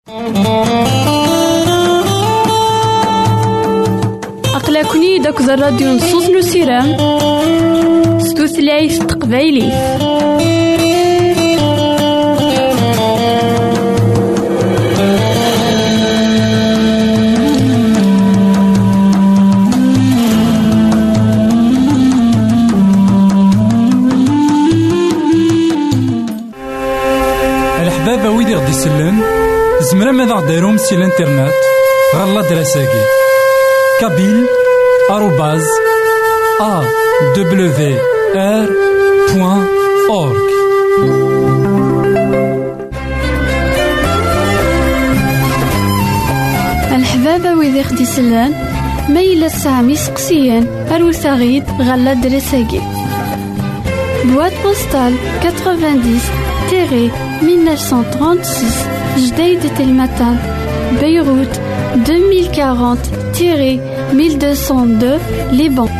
أقلكني داك الراديو نصوص نسيران ستوثلايف تقبايلي. الحبابة ويدي غدي يسلم زمرا ماذا غديرهم سي الانترنت غالا دراساكي kabyle@awr.org. الحبابة ويدي غدي يسلم ما إلا سامي سقسيان أروثاغيد غالا دراساكي boîte postale 90-1936 Jdeï de Telmatan, Beyrouth 2040-1202 Liban.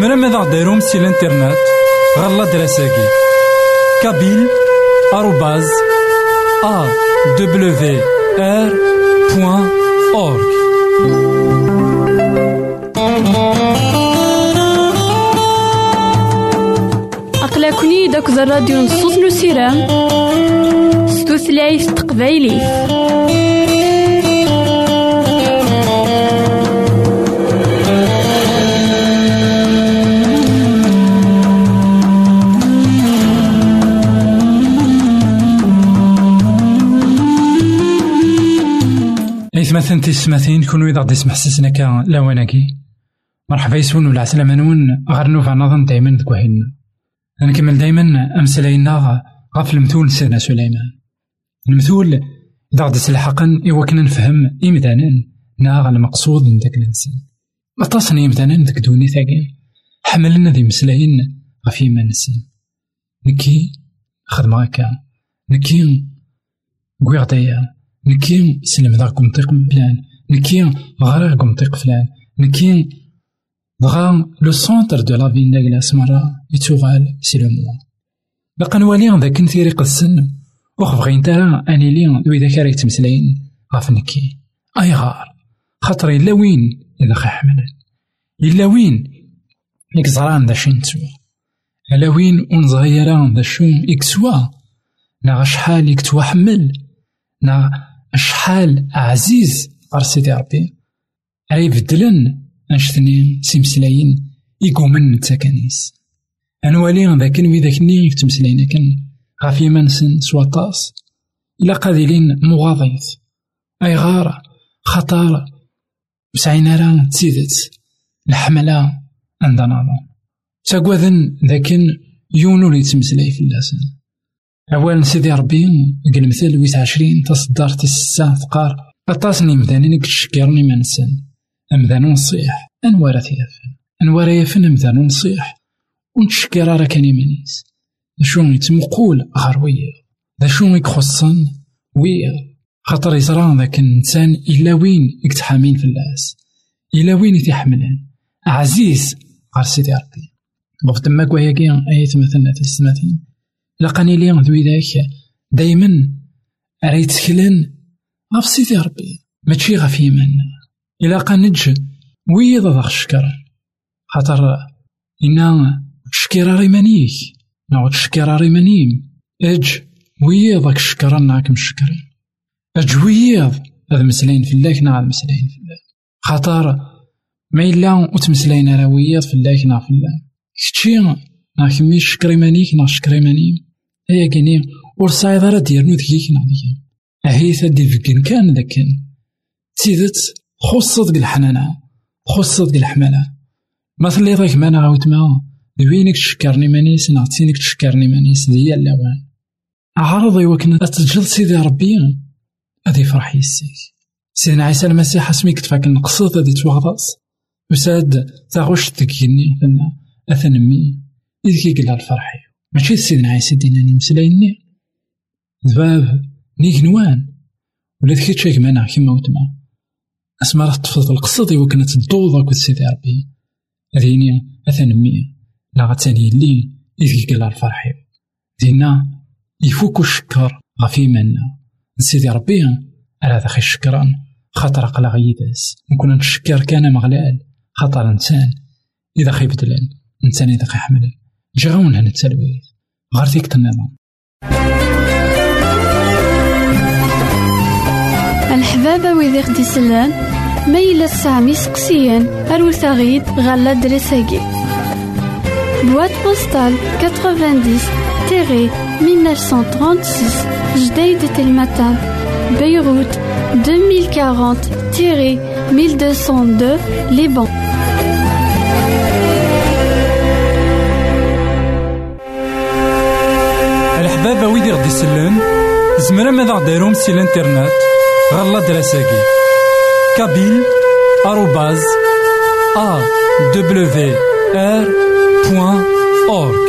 زمرا ماذا غديرهم سي الانترنت غالا دراساكي kabyle@awr.org. أقلكني داك الراديو نصوص نسيرام ستوثلايف تقبايلي. مثلا تسمثين كونوا إذا غدي يسمح سسنا كا لواناكي مرحبا يسون ولا عسلامة نون غير نوفا نظن دايما ذكوهينا نكمل دايما أمسلاينا غاف المثول سيدنا سليمان. المثول إذا غدي سلحقا إوا كنا نفهم إمدانا ناغ المقصود من داك الإنسان أطاسني إمدانا داك دوني ثاقي حملنا ذي مسلاين غفي ما نسن نكي خدمة هكا نكي قوي غدايا نكي سلم ذاك منطق فلان نكي غير منطق فلان نكي بغا لو سونتر دو لا في ناكلاس مرة يتوغال سي لو موا باقا نوالي ذاك نثيري قدسن وخبغي نتا اني لي دوي ذاك راه يتمسلاين غاف نكي اي غار خاطري الا وين اذا خا حملان الا وين يكزران ذا شنتو الا وين ونصغيران ذا شو يكسوا نا شحال يكتوا حمل نا شحال عزيز غير سيدي ربي راه يبدلن أنشتني سيمسلاين يقومن تاكانيس أنوالي ذاك نوي ذاك ني يتمسلاين كان غافي منسن سواطاس إلا قادلين مغاضيث أي غار خطر بسعينا راه تزيدت الحملة عندنا نظام تاقواذن ذاك يونو لي تمسلاي في اللسان أولا سيدي ربي قل مثل 20 تصدرت الساعة ثقار أطاسني مذانين كتشكرني منسن أمذان نصيح أنوار ثيافن أنوار يافن أمذان نصيح ونتشكر راه كان يمنيس شون يتمقول غير ويا ذا شون يخصن ويا خاطر يزران ذاك الإنسان إلا وين يتحامين في اللاس إلا وين يتحملن عزيز غير سيدي ربي بغت تماك ويا كي أيت مثلا تسماتين لقاني لي ذوي ذاك دايما راه يتكلن غف سيدي ربي ماشي غف يمنا إلا قنج ويض ضغ الشكر خاطر إنا تشكير ريمانيك نعود تشكير ريمانيم أج ويضك الشكر ناكم الشكر أج ويض هذا مسلين في الله نعم مسلين في الله خاطر ما إلا وتمسلين راه ويض في الله نعم في الله كتشي ناكمي شكري مانيك نا شكري مانيم هيا كيني ورصايد راه ديرنو ذكيك نا ديك أهيث دي فكين كان ذاكن تيدت خصت الحنانة خصت الحمالة مثل لي ضيك مانا غاوت ما دوينك تشكرني مانيس نعطينك تشكرني مانيس ديال اللوان عرض يوكن أتجل سيدي ربي أدي فرح يسيك سيدنا عيسى المسيح اسمي كتفاك نقصد أدي توغضاس وساد تاغوش تكيني أثنمي إذ كي قلها الفرحي ماشي سيدنا عيسى ديناني مسلايني ذباب نيك نوان ولا ذكي تشاك مانا كيما وتما اسما راه تفضل القصد يوكن تدوض كود سيدي ربي هذيني أثنمي لا غتاني لي إذ كي قلها الفرحي دينا يفوكو الشكر غفي منا سيدي ربي على ذاك الشكران خاطر قلا غيداس نكون نشكر كان مغلال خاطر انسان اذا خيبدلن انسان اذا خيحملن جاون هنا التلويث غير فيك النظام الحبابة ويدي غدي سلان ميلا السامي سقسيان أروثاغيد غالا دريساكي بواد بوستال 90-1936 جديد تلمتان بيروت 2040-1202 Liban. الحبابة ويدي غدي سلان زمرا ماذا غديرهم سي الانترنت غالا دراساكي kabyle@awr.org.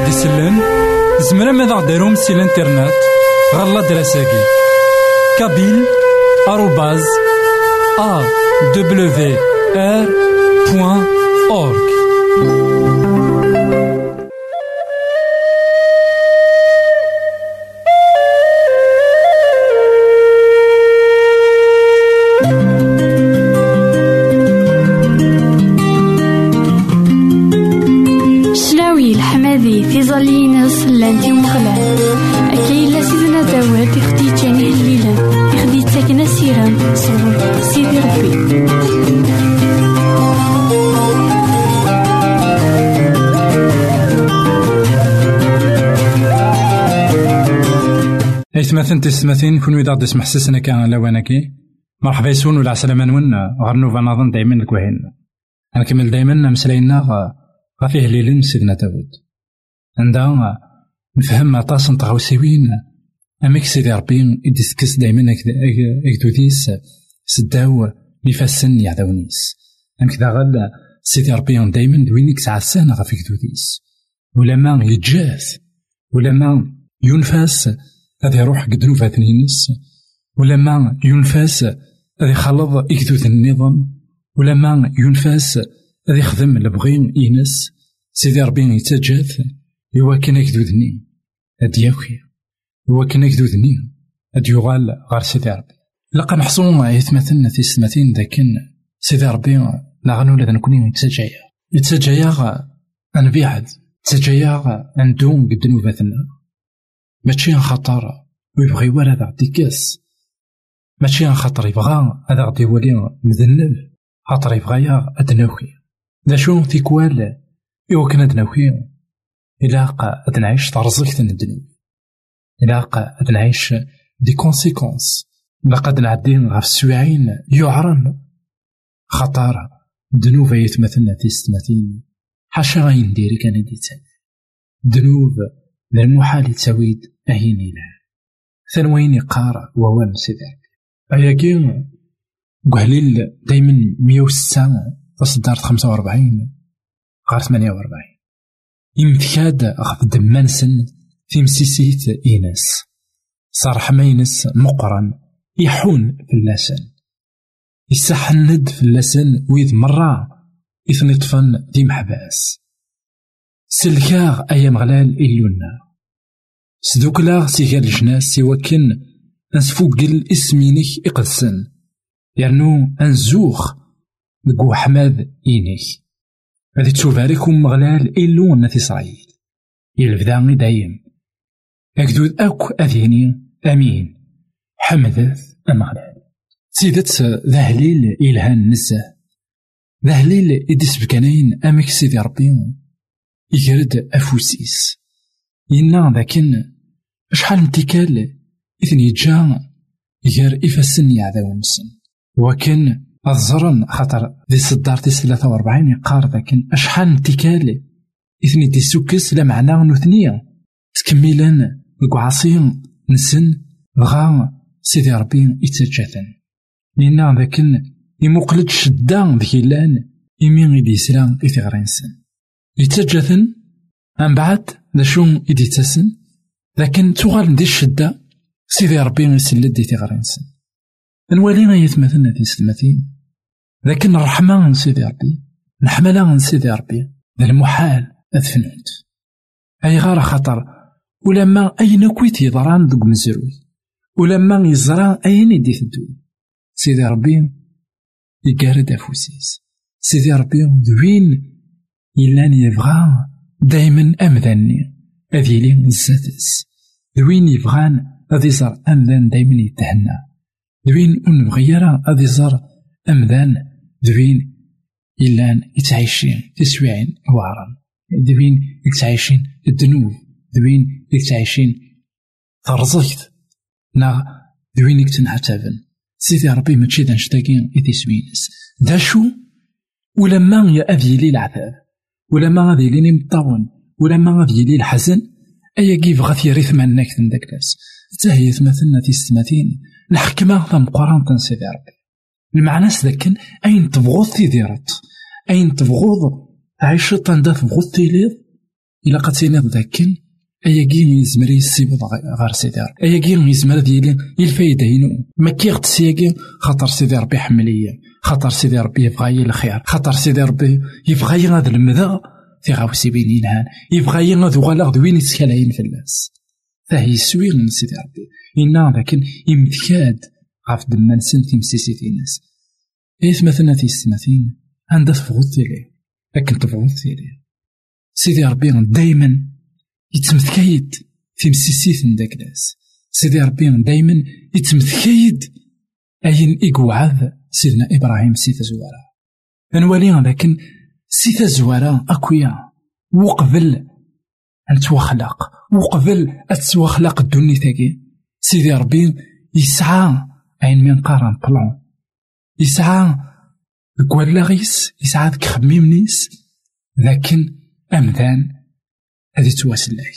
غادي يسلم زمرا ماذا غديرهم سي الانترنت غالا دراساكي kabyle@awr.org. في ظلينس لانتي مغلان أكي لا سيدنا داود يخدي جاني الليلة يخدي تاكنا سيران صور سيدي ربي. ايتماثن تسمثين كون ويدا غدي سمح سسنا كان لواناكي مرحبا يسون ولا عسلامة نون غير نوفا نظن دايما الكوهين غنكمل دايما مسلاينا غفيه ليلين سيدنا داود عندها نفهم عطاس نتغوسيوين أميك سيدي ربي يدسكس دايما اكدوديس سداو نفاسن يعداونيس أمك داغل سيدي ربي دايما دوينيك تعسان غفي اكدوديس ولما يتجاث ولما ينفاس هذا يروح قدنو فاتنينس ولما ينفاس هذا يخلط اكدود النظام ولما ينفاس هذا يخدم لبغين إينس سيدي ربي يتجاث إوا كان يكدودني هاد ياوكي إوا كان يكدودني هاد يغال غار سيدي ربي لقا نحصو يتمثلنا في السماتين داكن سيدي ربي لا غنولد نكوني يتسجايا نبيعد يتسجايا ندوم قد نوباتنا ماشي خطر ويبغي ولا هذا ديكاس ماشي خطر يبغى هذا غدي يولي مذنب خاطر يبغيا أدناوكي دا شو تيكوال إوا كان أدناوكي إلاقا أدنعيش ترزقت الدنيا إلاقا أدنعيش دي كونسيكونس لقد نعدين غف السويعين يعرن خطارة دنوب يتمثلنا في السماتين حاشا غاين ديري كان ديتان دنوب للمحال تسويد أهين إله ثانوين يقارا ووان سيداك أياكين قهليل دايما 106 تصدارت 45 غار 48 يمتكاد أخذ دمانسن في مسيسيت إيناس صار ماينس مقرن يحون في اللسان يسحند في اللسان ويذ مرة إثني طفن دي محباس سلكاغ أيام غلال إليونا سدوكلاغ سيغال الجناس سيوكن أنسفوقل اسمينك إقدسن يرنو أنزوخ لقو حماد إينيك هذي تشوفاريكم مغلال إلونا في إسرائيل يلفداني دايم أكدود أكو أذيني أمين حمدث أمغلال سيدت ذهليل إلهان نزه ذهليل إدس بكانين أمك سيدي ربي يجرد أفوسيس ينا ذاكن شحال انتكال إذن يجا يجر إفاسن يعذاون السن وكان الزرن خطر ذي صدارتي 43 يقار ذاكن أشحال انتكال إذن دي سوكس لا معنى نثنية تكملان القعاصين نسن بغا سيدي ربي يتجاثن لأن ذاكن يمقلد شدان ذكيلان يمين يدي يسلام إثغرينسن يتجاثن من بعد لشو يدي تسن لكن تغال ندي الشدة سيدي ربي يسلد دي تغرينسن نوالينا يتمثلنا في سلمتين لكن الرحمة من سيدي ربي نحملها من سيدي ربي المحال أثفنوت أي غار خطر ولما أين كويت يضران دوك مزروي ولما يزران أين يدي تدوي سيدي ربي يقارد أفوسيس سيدي ربي دوين إلان يبغى دايما أمذاني أذيلين الزاتس دوين يبغان أذي زر أمذان دايما يتهنى دوين أنبغيرا أذي زر أمذان دوين إلان يتعيشين تسويعين وعرا دوين يتعيشين الذنوب دوين يتعيشين ترزقت نا دوين يتنعتابن سيدي ربي ماشي دا نشتاقين يتسوينس دا شو ولما يا أذيلي العذاب ولما غادي ليني مطاون ولما غادي لي الحزن أيا كيف غاثي ريث معناك داك الناس تاهي مثلنا في السماتين الحكمة ثم قران سيدي ربي المعنى سذاكن أين تبغض تيديرت أين تبغض عيشة تندا تبغض تيليض إلا قتيني ذاكن أياكين يزمر يسيبض غار سيدي ربي، أياكين يزمر ديالي الفايدة هنا ما كيغتسياكي خاطر سيدي ربي حملية، خاطر سيدي ربي يبغى الخير، خاطر سيدي ربي يبغى هذا المذا في غاوسي بين الهان، يبغى هذا وغالا دوين يسكالين في الناس، فهي سوير من سيدي ربي إنا لكن يمتكاد غاف دمان سنتي مسيسيتي ناس إيث مثلا تيستماثين عندها تفغوت ليه، لكن تفغوت ليه سيدي ربي دايما يتمثكيد في مسيسيت نداك ناس، سيدي ربي دايما يتمثكيد أين إقوعاذ سيدنا إبراهيم سيتا زوارا نوالي، لكن سيتا زوارا أكويا وقبل أن توخلق، وقبل أتوخلق الدنيا تاكي سيدي ربي يسعى عين من قارن بلان، يسعى كوالاغيس، يسعى كخميمنيس، لكن أمذان هذه تواسلاك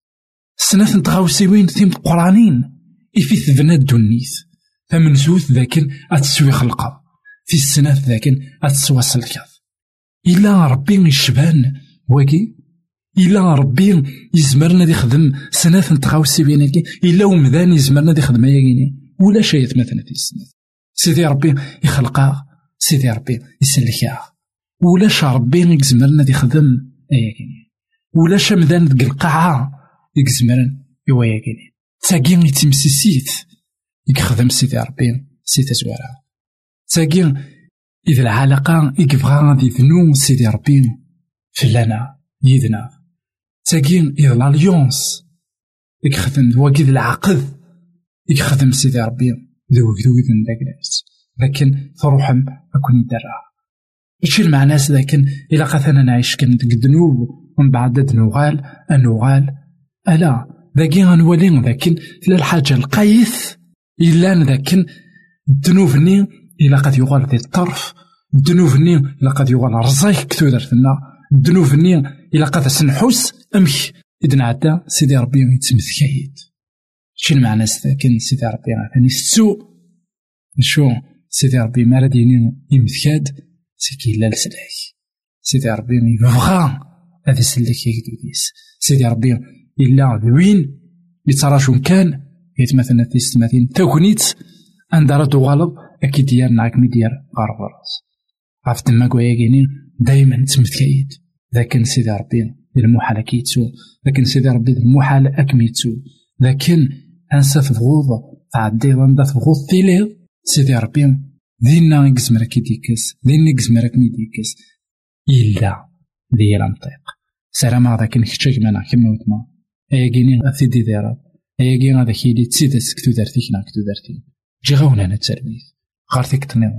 سنة نتغاوسيوين ثيم قرانين إفي ثبنا الدنيث فمن زوث ذاكن أتسوي خلقه في السنة ذاكن أتسواس الكاف إلا ربي يشبان واكي، إلا ربي يزمرنا دي خدم سنة نتغاوسيوين إلا ومذان يزمرنا دي خدم ياكيني ولا شيء مثلا في السنة سيدي ربي يخلقها، سيدي ربي يسلكها ولاش ربي يزمرنا دي خدم ياكيني ولاش مذان ديك القاعة يكزمرن يواياكيني تاكين يتمسيسيت يخدم سيدي ربي سيتا زوارا، تاكين إذا العلاقة يكبغا غادي ذنو سيدي ربي فلانا يدنا، تاكين إذا الاليونس يخدم واكيد العقد يخدم سيدي ربي ذوك داك ناس، لكن فروحهم أكون يدرها إيش المعنى لكن إلا قثنا نعيش كنت الذنوب ومن بعد نوغال ألا ذاكي غنولي لكن لا الحاجة القايث إلا لكن الذنوبني إلا قد يغال ذي الطرف، الذنوبني إلا قد يغال رزايك كتو درتنا، الذنوبني إلا قد سنحوس أمك إذن عدا سيدي ربي يتمثكايد. شي المعنى لكن سيدي ربي غاثاني السوء شو سيدي ربي مارديني يمثكاد سيكي لا لسلاك، سيدي ربي يبغى هذا سلك يكدوديس، سيدي ربي إلا ذوين يتراجون كان يتمثلنا تيستماثين تاكونيت أن دارتو غالب أكيد ديار نعك مديار غارفراس عرفت ما كوياكيني دايما تمثكايد، لكن سيدي ربي المحال كيتسو، لكن سيدي ربي المحال أكميتسو، لكن أنسى تفغوض تعدي ضندا تفغوض تيليض سيدي ربي ذينا يقزمرك يديكس، ذينا يقزمرك ميديكس إلا ذي لنطيق سلام هذا كن كتشاك مانا كما وتما أياكيني أثيدي ديرا أياكيني هذا كيلي تسيد سكتو دارتيكنا كتو دارتي جي غاونا أنا تسالميث غارتيك تنظم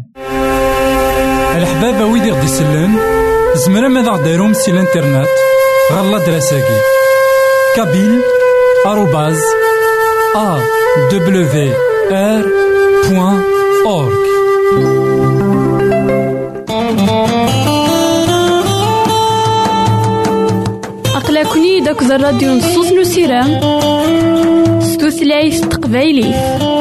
الحبابة ويدي غدي سلان زمرا ماذا غديرهم سي الانترنت غالا دراساكي كابيل آروباز awr.org أقلكني داك الراديو نصوص نسيران ستوثلايف تقبايلي.